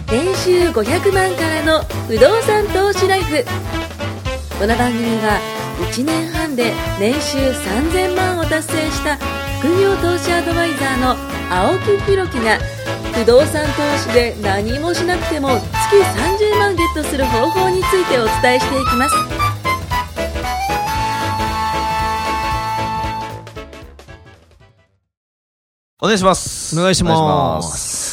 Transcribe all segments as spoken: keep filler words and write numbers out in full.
年収ごひゃくまんからの不動産投資ライフ。この番組はいちねんはんで年収さんぜんまんを達成した副業投資アドバイザーの青木弘樹が不動産投資で何もしなくても月さんじゅうまんゲットする方法についてお伝えしていきます。 お願いします。 お願いします。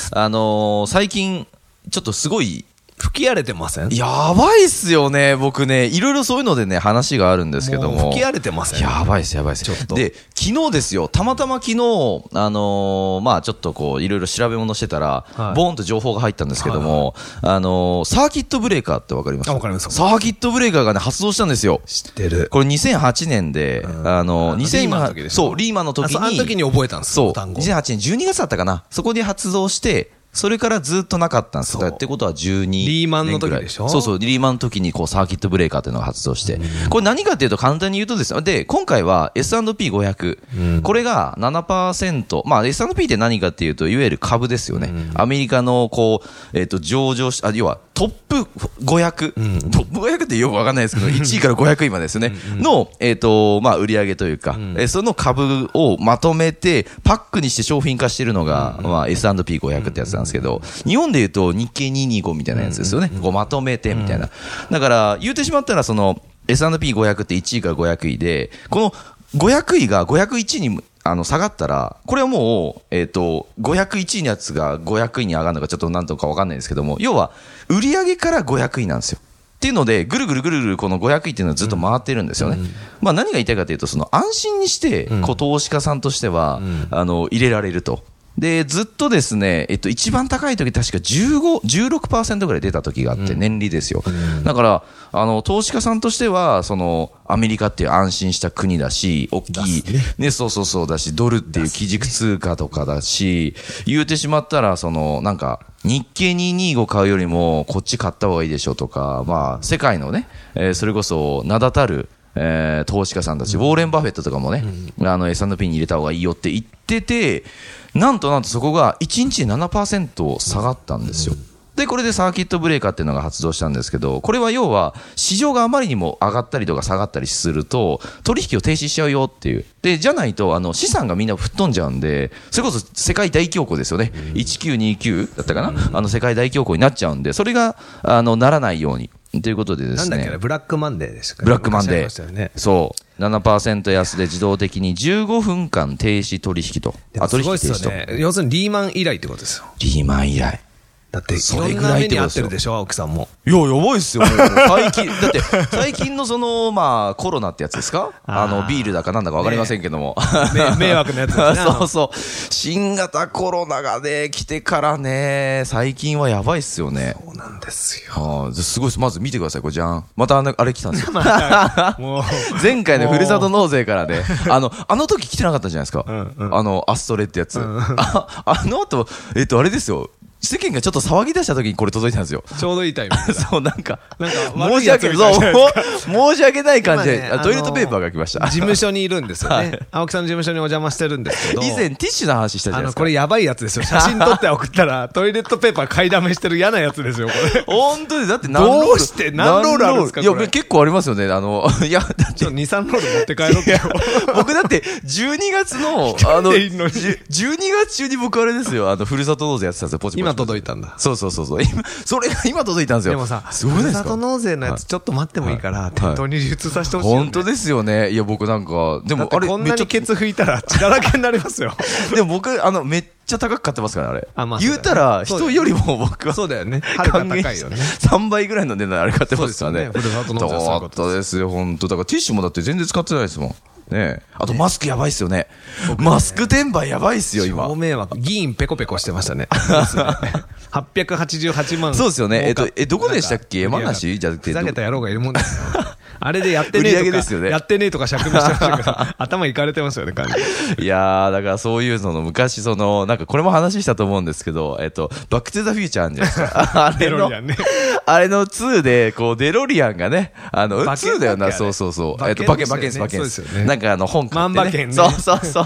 あのー、最近ちょっとすごい吹き荒れてません？ やばいっすよね。僕ね、いろいろそういうのでね、話があるんですけども。 もう吹き荒れてません？ やばいっす、やばいっす。ちょっと。で、昨日ですよ、たまたま昨日、あのー、まあちょっとこう、いろいろ調べ物してたら、はい、ボーンと情報が入ったんですけども、はいはい、あのー、サーキットブレーカーってわかります？ あ、わかります。 サーキットブレーカーがね、発動したんですよ。 知ってる。 これにせんはちねんで、うん、あのー、にせんはちねん、そう、リーマンの時に。 あの時に覚えたんです。 そう。にせんはちねんじゅうにがつだったかな。そこで発動して、それからずっとなかったんですよ。ってことはじゅうにねんぐらい。 リーマンの時でしょ？ そうそう、リーマンの時にこうサーキットブレーカーっていうのが発動して。これ何かっていうと簡単に言うとですね、で、今回は エスアンドピーごひゃく。うん、これが ななパーセント。まあ エスアンドピー って何かっていうと、いわゆる株ですよね。うん、アメリカのこう、えっと、上場し、あ、要はトップごひゃく。うん、トップごひゃくってよくわかんないですけど、いちいからごひゃくいまですね。うん、の、えっと、まあ売り上げというか、うん、えその株をまとめて、パックにして商品化してるのが、うん、まあ エスアンドピーごひゃく ってやつなんですけど、日本で言うと日経にひゃくにじゅうごみたいなやつですよね。こうまとめてみたいな。だから言うてしまったらその エスアンドピーごひゃく っていちいからごひゃくいで、このごひゃくいがごひゃくいちにあの下がったら、これはもう、えっと、ごひゃくいちいのやつがごひゃくいに上がるのかちょっとなんとかわかんないですけども、要は売上からごひゃくいなんですよ。っていうので、ぐるぐるぐるぐるこのごひゃくいっていうのはずっと回ってるんですよね。うん、まあ何が言いたいかというと、その安心にして、こう投資家さんとしては、うん、あの、入れられると。で、ずっとですね、えっと、一番高い時確かじゅうご、じゅうろくパーセント ぐらい出た時があって、年利ですよ。うん、だから、あの、投資家さんとしては、その、アメリカっていう安心した国だし、大きい、ね、ね、そうそうそうだし、ドルっていう基軸通貨とかだし、言うてしまったら、その、なんか、日経にひゃくにじゅうご買うよりも、こっち買った方がいいでしょとか、まあ、世界のね、えー、それこそ、名だたる、えー、投資家さんたち、うん、ウォーレン・バフェットとかもね、うん、あの エスアンドピー に入れた方がいいよって言ってて、なんとなんとそこがいちにちで ななパーセント 下がったんですよ。で、これでサーキットブレーカーっていうのが発動したんですけど、これは要は市場があまりにも上がったりとか下がったりすると取引を停止しちゃうよっていう。で、じゃないとあの資産がみんな吹っ飛んじゃうんで、それこそ世界大恐慌ですよね。せんきゅうひゃくにじゅうきゅうだったかな、あの世界大恐慌になっちゃうんで、それがあのならないように。ということでですね。 なんだっけな、ブラックマンデーでしたかね。 ブラックマンデー。ね、そう。ななパーセント 安で自動的にじゅうごふんかん停止取引と。 あ、取引停止と。ね、要するにリーマン以来ってことですよ。 リーマン以来。 だって、それぐらい目に合ってるでしょ、青木さんも。 いや、やばいっすよ。最近、だって、最近のその、まあ、コロナってやつですか？あの、ビールだかなんだかわかりませんけども。 ね、迷惑なやつですね。 そうそう。新型コロナがね、来てからね、最近はやばいっすよね。 そうなんですよ。 あすごいです。まず見てください、これじゃん。またあの、あれ来たんですよ。もう前回のふるさと納税からね、あの、あの時来てなかったじゃないですか。うんうん、あの、アストレってやつ。うん、あ, あの後、えっと、あれですよ。世間がちょっと騒ぎ出した時にこれ届いたんですよ。 ちょうどいいタイミング。 そう、なんか、 なんか申し訳ない。申し訳ない感じで、ね、トイレットペーパーが来ました。 事務所にいるんですよね。はい、青木さんの事務所にお邪魔してるんですけど。 以前ティッシュの話したじゃないですか。 あの、これやばいやつですよ。写真撮って送ったら、トイレットペーパー買いだめしてる嫌なやつですよ、これ。 本当に、だって何ロール。 どうして何ロールあるんですか？ いや、結構ありますよね。あの、いや、だって。 に、さんロール持って帰ろうよ。 僕だって、じゅうにがつの、あの、じゅうにがつ中に僕あれですよ、あの、ふるさと納税やってたんですよ、ポチポチ。 今届いたんだ。 そうそうそうそう。今、それが今届いたんですよ。 でもさ、ふるさと納税のやつちょっと待ってもいいから、店頭に流通させてほしい、ね。 本当ですよね。いや、僕なんか、でもあれ、こんなにケツ拭いたら血だらけになりますよ。 でも僕、あの、めっちゃ高く買ってますから、あれ。あ、まあ、言うたら、人よりも僕は。 そうだよね。はるか高いよね。 さんばいぐらいの値段あれ買ってますからね。 ふるさと納税そうだったですよ、本当だからティッシュもだって全然使ってないですもん。ね、あとマスクやばいっすよね。マスク転売やばいっすよ、今。 超迷惑。議員ペコペコしてましたね。はっぴゃくはちじゅうはちまん。 そうですよね。えっと、え、どこでしたっけ？山梨じゃなくて。 ふざけた野郎がいるもんですよ。あれでやってねえとか、ね、やってねえとか釈明してましたけど、頭いかれてますよね、感じ。 いやー、だからそういうその昔その、なんかこれも話したと思うんですけど、えっと、バックトゥザフューチャーあるんじゃないですか。あれの、ね、あれのツーで、こう、デロリアンがね、あの、ツーだよな、そうそうそう。えっと、バケン、バケンス、バケンス。なんかあの、本買って、ね。 万馬券ね。 そうそうそう。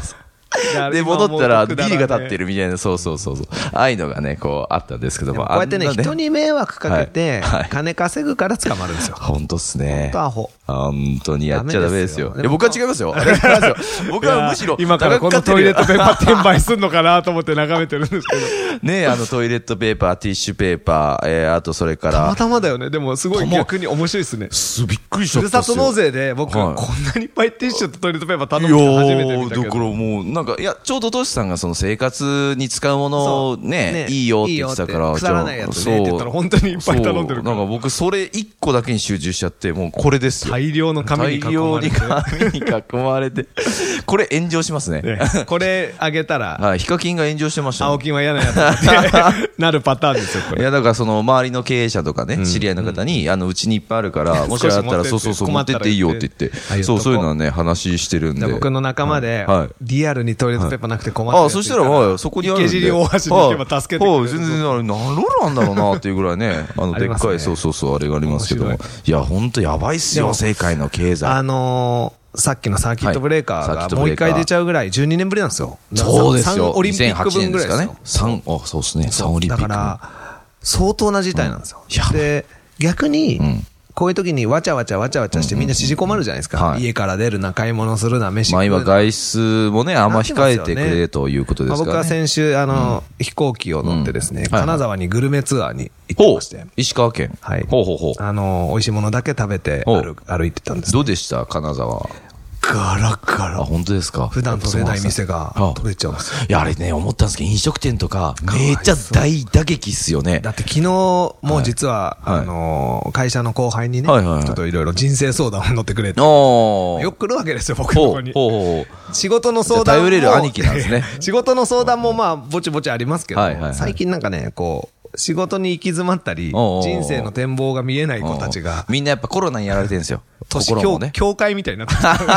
で、戻ったらビリが立ってるみたいな、そうそうそうそう。ああいうのがね、こう、あったんですけども。 こうやってね、人に迷惑かけて、金稼ぐから捕まるんですよ。 本当っすね。 本当アホ。 本当にやっちゃダメですよ。いや、僕は違いますよ。僕はむしろ、 今からこのトイレットペーパー転売すんのかなと思って眺めてるんですけど。 ね、あの、トイレットペーパー、ティッシュペーパー、えー、あとそれから。 たまたまだよね。でも、すごい逆に面白いですね。 びっくりしちゃった。 ふるさと納税で、僕、こんなにいっぱいティッシュとトイレットペーパー頼むの初めて見たけど。 だからもう、なんか、いや、ちょうどトシさんがその生活に使うものをね、いいよって言ってたから、 腐らないやつねって言ったら本当にいっぱい頼んでるから。 なんか僕、それいっこだけに集中しちゃって、もうこれですよ。 大量の紙に囲まれて。 大量に紙に囲まれて。これ炎上しますね。 これあげたら。 はい、ヒカキンが炎上してましたね。 青金は嫌なやつってなるパターンですよ、これ。 いや、だからその周りの経営者とかね、知り合いの方に、あの、うちにいっぱいあるから、もしあったら、そうそうそう、持ってっていいよって言って、そう、そういうのはね、話してるんで。 僕の仲間で、リアルにトイレットペーパーなくて困ってる。 あ、そしたら、まあ、そこにあるんで。 池尻大橋に行けば助けてくれる。 全然、あれ、何ローなんだろうなっていうぐらいね、あの、でっかい、そうそうそう、あれがありますけども。いや、ほんとやばいっすよ、世界の経済。 あの、さっきのサーキットブレーカーがもう一回出ちゃうぐらいじゅうにねんぶりなんですよ。 そうですよ。 さんオリンピック分ぐらいですよ。 さん、あ、そうですね。さんオリンピック。 だから、相当な事態なんですよ。で、逆に、こういう時にわちゃわちゃわちゃわちゃしてみんな縮こまるじゃないですか。家から出るな、買い物するな、飯食うな。 まあ今外出もね、あんま控えてくれということですからね。 僕は先週、あの、飛行機を乗ってですね、金沢にグルメツアーに行ってまして。 石川県。 はい。 ほうほうほう。 あの、美味しいものだけ食べて歩いてたんです。 どうでした金沢。 ガラガラ。 あ、本当ですか。 普段取れない店が取れちゃうんですよ。 いや、あれね、思ったんですけど、飲食店とか、めっちゃ大打撃っすよね。 だって昨日も実は、あの、会社の後輩にね、ちょっといろいろ人生相談を乗ってくれて。よく来るわけですよ、僕のとこに。仕事の相談も。 頼れる兄貴なんですね。 仕事の相談もまあ、ぼちぼちありますけど、最近なんかね、こう、仕事に行き詰まったり、人生の展望が見えない子たちが。 みんなやっぱコロナにやられてるんですよ。 年教、ね、教会みたいになって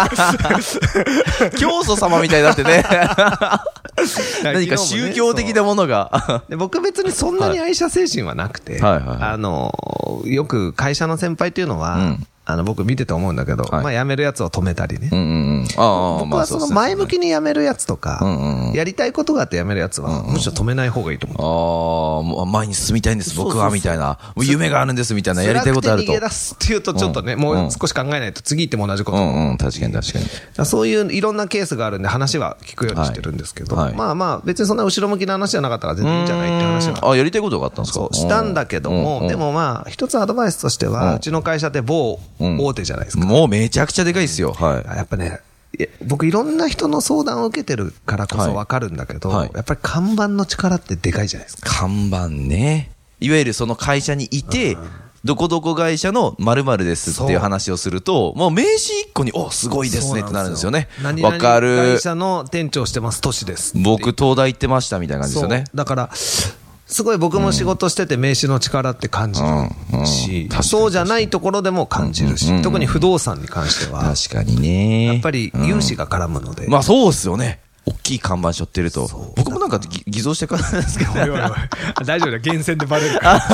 教祖様みたいになってね。何か宗教的なものが。 で僕別にそんなに愛社精神はなくて、あの、よく会社の先輩っていうのは、うんあの、僕見てて思うんだけど、はい、まあ辞めるやつを止めたりね。うんうんうん、あ僕はその前向きに辞めるやつとか、まあ、やりたいことがあって辞めるやつは、むしろ止めない方がいいと思う。 ああ、前に進みたいんです、僕は、みたいな。夢があるんです、みたいな。やりたいことあると。 辛くて逃げ出すっていうとちょっとね、うん、もう少し考えないと次行っても同じこと。 うんうん、確かに確かに。 そういういろんなケースがあるんで話は聞くようにしてるんですけど、はいはい、まあまあ別にそんな後ろ向きな話じゃなかったら全然いいんじゃないって話は。 あ、やりたいことがあったんですかそう、したんだけども、でもまあ、一つアドバイスとしては、うちの会社って某大手じゃないですか。 もうめちゃくちゃでかいですよ。はい。 やっぱね、僕いろんな人の相談を受けてるからこそわかるんだけど、はいはい、やっぱり看板の力ってでかいじゃないですか。 看板ね。いわゆるその会社にいて、どこどこ会社の〇〇ですっていう話をすると、もう名刺一個に、お、すごいですねってなるんですよね。わかる。 会社の店長してます、都市です。 僕東大行ってましたみたいな感じですよね。 だから、すごい僕も仕事してて名刺の力って感じるし、そうじゃないところでも感じるし、特に不動産に関しては。 確かにね。 やっぱり融資が絡むので。 まあそうですよね。大きい看板背負ってると。僕もなんか偽造してからなんですけど。 大丈夫だ、厳選でバレるから。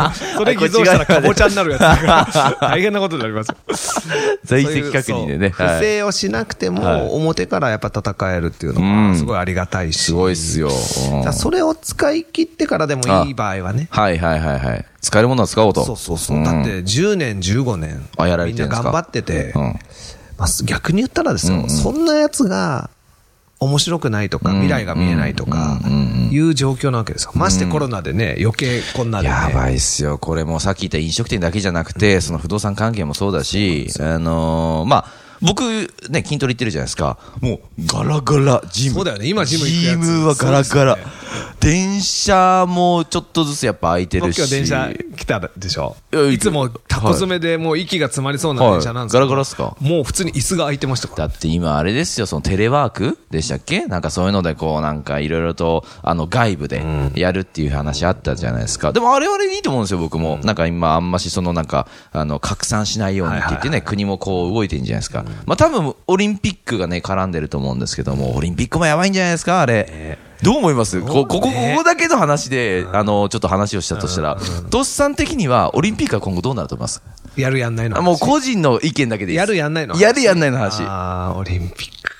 それ偽造したらかぼちゃになるやつだから。大変なことになります。 在籍確認でね。 不正をしなくても、表からやっぱ戦えるっていうのは、すごいありがたいし。 すごいっすよ。 それを使い切ってからでもいい場合はね。 はいはいはいはい。使えるものは使おうと。 そうそうそう。だってじゅうねん、じゅうごねん、みんな頑張ってて、逆に言ったらですよ、そんなやつが、面白くないとか、未来が見えないとか、いう状況なわけですよ。ましてコロナでね、余計こんなでね。 やばいっすよ。これもさっき言った飲食店だけじゃなくて、その不動産関係もそうだし、あのー、まあ、僕、ね、筋トレ行ってるじゃないですか。もう、ガラガラ、ジム。 そうだよね、今ジム行くやつ。 ジムはガラガラ。電車もちょっとずつやっぱ空いてるし。 今日電車来たでしょ。いつもタコ詰めでもう息が詰まりそうな電車なんですけど、 ガラガラっすか。 もう普通に椅子が空いてましたから。 だって今あれですよ、そのテレワークでしたっけなんかそういうのでこうなんかいろいろとあの外部でやるっていう話あったじゃないですか。でもあれはあれでいいと思うんですよ、僕も。なんか今あんましそのなんか、あの、拡散しないようにって言ってね、国もこう動いてるんじゃないですか。まあ多分オリンピックがね、絡んでると思うんですけども、オリンピックもやばいんじゃないですか、あれ。どう思いますこ、ここ、ここだけの話で、あの、ちょっと話をしたとしたら、トシさん的には、オリンピックは今後どうなると思いますやるやんないの話。 もう個人の意見だけでいいです。 やるやんないの話。 やるやんないの話。 ああ、オリンピック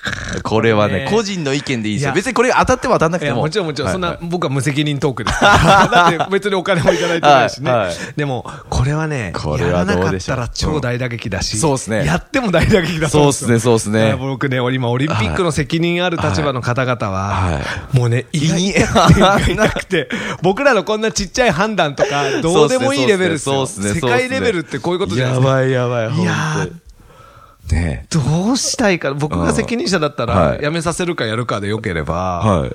これはね、個人の意見でいいですよ。別にこれ当たっても当たんなくても。 もちろんもちろん、そんな、僕は無責任トークです。だって別にお金もいただいてないしね。でも、これはね、やらなかったら超大打撃だし、 そうですね。 やっても大打撃だそうですね、そうですね。 僕ね、今、オリンピックの責任ある立場の方々は、もうね、いなくて、僕らのこんなちっちゃい判断とか、どうでもいいレベルですよ。世界レベルってこういうことじゃないですか。 やばいやばい、 いやね、どうしたいか、僕が責任者だったら、辞めさせるかやるかでよければ、 はい、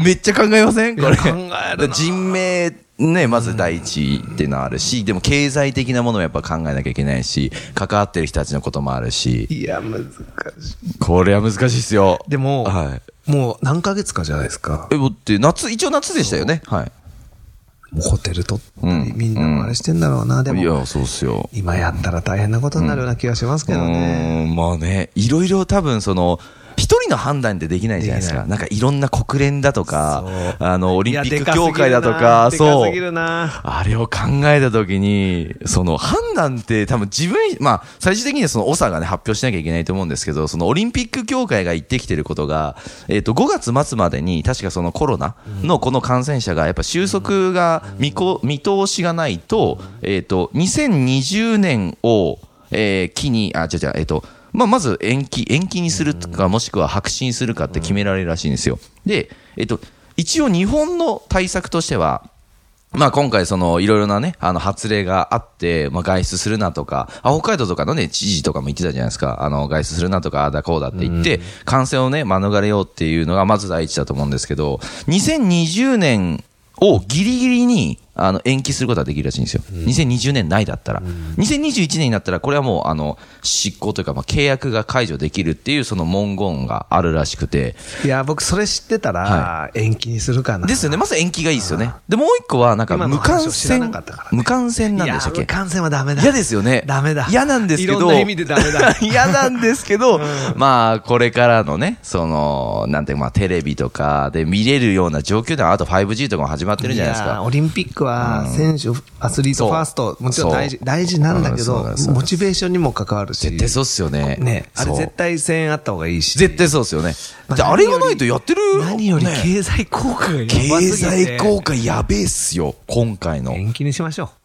めっちゃ考えませんこれ。 考える。 人命、ね、まず第一っていうのはあるし、でも経済的なものもやっぱ考えなきゃいけないし、関わってる人たちのこともあるし。 いや、難しい。 これは難しいですよ。 でも、はい、もう何ヶ月かじゃないですか。 え、もって夏、一応夏でしたよね。はい。 もうホテル取ったり、みんなもあれしてんだろうな、うん、でも。 いや、そうっすよ。 今やったら大変なことになるような気がしますけどね。 うん、まあね、いろいろ多分その、一人の判断ってできないじゃないですか。なんかいろんな国連だとか、あの、オリンピック協会だとか、そう。あれを考えたときに、その判断って多分自分、まあ、最終的にはそのオサがね、発表しなきゃいけないと思うんですけど、そのオリンピック協会が言ってきてることが、えっと、ごがつ末までに、確かそのコロナのこの感染者が、やっぱ収束が見こ、見通しがないと、えっと、にせんにじゅうねんを、えー、機に、あ、違う違う、えっと、まあ、まず延期、延期にするか、もしくは白紙にするかって決められるらしいんですよ。で、えっと、一応日本の対策としては、まあ今回そのいろいろなね、あの発令があって、まあ外出するなとか、あ、北海道とかのね、知事とかも言ってたじゃないですか。あの外出するなとか、あだこうだって言って、感染をね、免れようっていうのがまず第一だと思うんですけど、にせんにじゅうねんをギリギリに、あの、延期することができるらしいんですよ。うん、にせんにじゅうねん内だったら。うん、にせんにじゅういちねんになったら、これはもう、あの、執行というか、まあ、契約が解除できるっていう、その文言があるらしくて。 いや、僕、それ知ってたら、はい、延期にするかな。 ですよね。まず延期がいいですよね。で、もう一個は、なんか、無感染、ね、無感染なんでしたっけ？ 無感染はダメだ。 嫌ですよね。 ダメだ。 嫌なんですけど。いろんな意味でダメだ。 嫌なんですけど、うん、まあ、これからのね、その、なんていうか、まあ、テレビとかで見れるような状況では、あと ファイブジー とかも始まってるじゃないですか。 オリンピックは、選手、アスリートファースト、もちろん大事、大事なんだけど、モチベーションにも関わるし。 絶対そうっすよね。 ね。あれ絶対声援あった方がいいし。 絶対そうっすよね。じゃあ、あれがないとやってる。 何より経済効果がやばすぎて。 経済効果やべえっすよ、今回の。 延期にしましょう。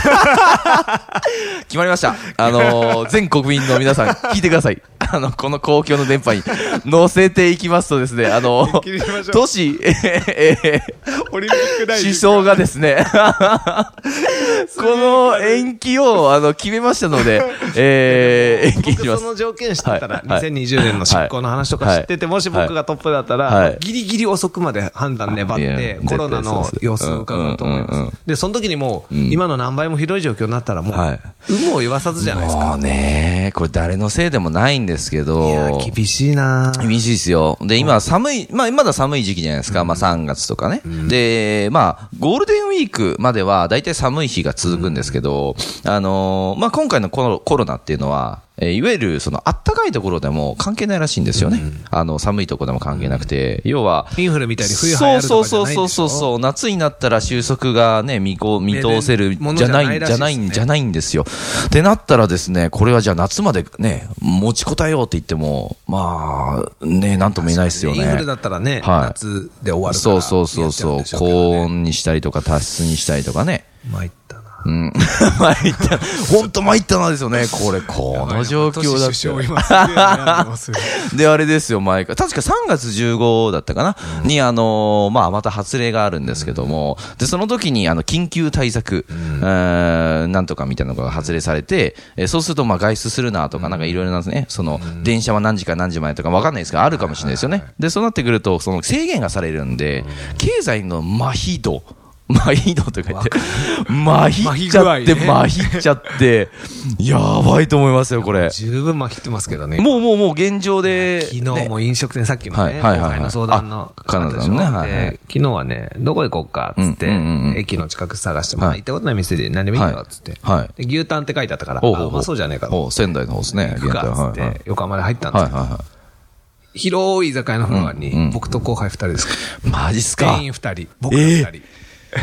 決まりました。あのー、全国民の皆さん、聞いてください。あの、この公共の電波に乗せていきますとですね、あのー、都市、えー、 オリンピック大臣首相がですね、この延期を、あの、決めましたので、えー、延期します。 僕その条件知ってたら、にせんにじゅうねんの執行の話とか知ってて、もし僕がトップだったら、ギリギリ遅くまで判断粘って、コロナの様子を伺うと思います。で、その時にもう、今の何倍もひどい状況になったら、もう、有無を言わさずじゃないですか。 もうね、これ誰のせいでもないんですけど。 いや、厳しいな厳しいですよ。で、今寒い、まあ、まだ寒い時期じゃないですか。まあ、さんがつとかね。で、まあ、ゴールデンウィークまでは、だいたい寒い日が続くんですけど、あのー、まあ、今回のコロ、コロナっていうのは、えー、いわゆるそのあったかいところでも関係ないらしいんですよね。うん、あの寒いところでも関係なくて、要はインフルみたいに冬流行るとかじゃないんでしょ。そうそうそうそう、夏になったら収束がね見こ見通せるじゃないじゃないんじゃないんですよ。ってなったらですね、これはじゃあ夏までね持ちこたえようって言ってもまあねなんとも言えないですよね。 インフルだったらね、はい、夏で終わるから。 そうそうそうそう、高温にしたりとか多湿にしたりとかね。 参ったな。 うん。参った。ほんと参ったなですよね。これ、この状況だって。で、あれですよ、前から。確かさんがつじゅうごだったかな、うん、に、あのー、まあ、また発令があるんですけども、で、その時に、あの、緊急対策、うん、えー、なんとかみたいなのが発令されて、えー、そうすると、まあ、外出するなとか、なんかいろいろなんですね、その、うん、電車は何時から何時までとかわかんないですが、あるかもしれないですよね。で、そうなってくると、その制限がされるんで、経済の麻痺度、麻痺度とか言って、麻痺っちゃって、麻痺っちゃって、やばいと思いますよ、これ。 十分麻痺ってますけどね。 もうもうもう現状で。 昨日も飲食店、さっきのね、今回の相談の。 カナダのね、はい。 昨日はね、どこ行こうか、つって、駅の近く探して、まあ行ったことない店で何でもいいよ、つって。牛タンって書いてあったから、あ、うまそうじゃねえか。 仙台の方ですね、 牛タン。つって、横浜で入ったんですけど。広い居酒屋のフロアに、僕と後輩二人ですか。 マジっすか。 店員二人、僕ら二人。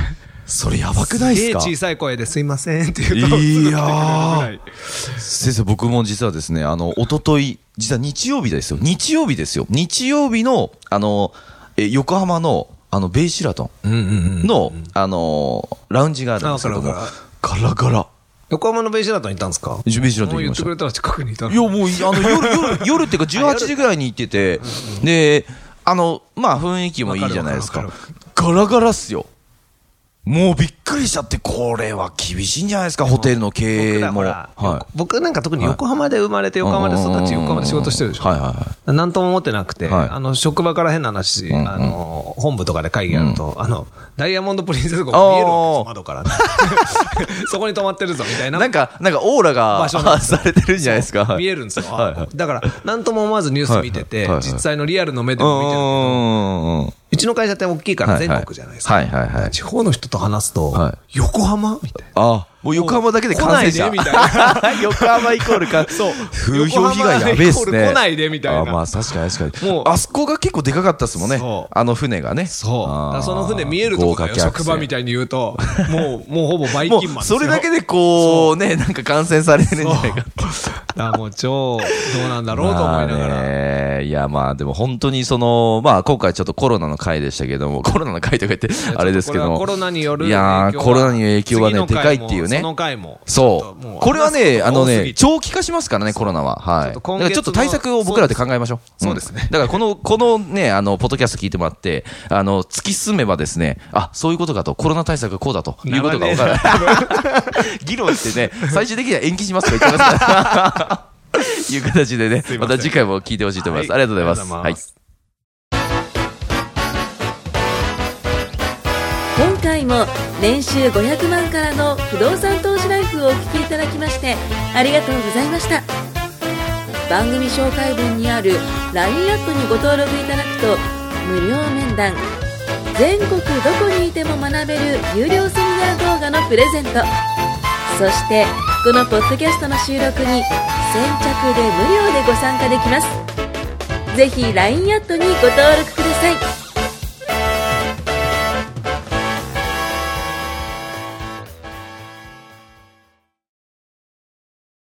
それやばくないですか？ すげえ小さい声ですいませんって言うと、いやー。 先生、僕も実はですね、あの、おととい、実は日曜日ですよ。日曜日ですよ。日曜日の、あの、え横浜の、あの、ベイシラトンの、あの、ラウンジがあるんですけども、ガラガラ。 横浜のベイシラトン行ったんですか？ ベイシラトン行きました。 もう言ってくれたら近くにいたの？ いや、もう、あの、夜、夜、夜っていうかじゅうはちじぐらいに行ってて、で、あの、まあ、雰囲気もいいじゃないですか。ガラガラっすよ。もうびっくりしちゃって、これは厳しいんじゃないですか、ホテルの経営も。はい、 僕なんか特に横浜で生まれて、横浜で育ち、横浜で仕事してるでしょ。はいはいはい。なんとも思ってなくて、はい、あの、職場から変な話、うんうん、あの、本部とかで会議やると、うん、あの、ダイヤモンドプリンセス号が見えるんですよ、窓からね。そこに泊まってるぞ、みたいな。 なんか、なんかオーラがされてるんじゃないですか。 見えるんですよ。はいはい、だから、なんとも思わずニュース見てて、はいはい、実際のリアルの目でも見てるけど、うちの会社って大きいから全国じゃないですか。はいはいはい。地方の人と話すと、はい、横浜みたいな。 ああ。もう横浜だけで感染者。 来ないでみたいな。 横浜イコールか。そう。風評被害やべえっすね。 来ないでみたいな。 あまあ確かに確かに。もう、あそこが結構でかかったっすもんね。そう。あの船がね。 そう。その船見えるとこが職場みたいに言うと、もう、もうほぼバイキンマンですよ。 それだけでこう、ね、なんか感染されてるんじゃないか。 だもう超、どうなんだろうと思いながら。 いやまあでも本当にその、まあ今回ちょっとコロナの回でしたけども、コロナの回とか言って、あれですけども。 コロナによる。 いやー、コロナによる影響はね、でかいっていうね。 その回も。 そう。これはね、あのね、長期化しますからね、コロナは。はい。だからちょっと対策を僕らで考えましょう。 そうですね。 だからこの、このね、あの、ポッドキャスト聞いてもらって、あの、突き進めばですね、あ、そういうことかと、コロナ対策がこうだということが分かる。議論してね、最終的には延期しますとか言ってますから。いう形でね、また次回も聞いてほしいと思います。ありがとうございます。はい。 今回も年収ごひゃくまんからの不動産投資ライフをお聞きいただきましてありがとうございました。番組紹介文にある ライン アットにご登録いただくと無料面談、全国どこにいても学べる有料セミナー動画のプレゼント、そしてこのポッドキャストの収録に先着で無料でご参加できます。ぜひ ライン アットにご登録ください。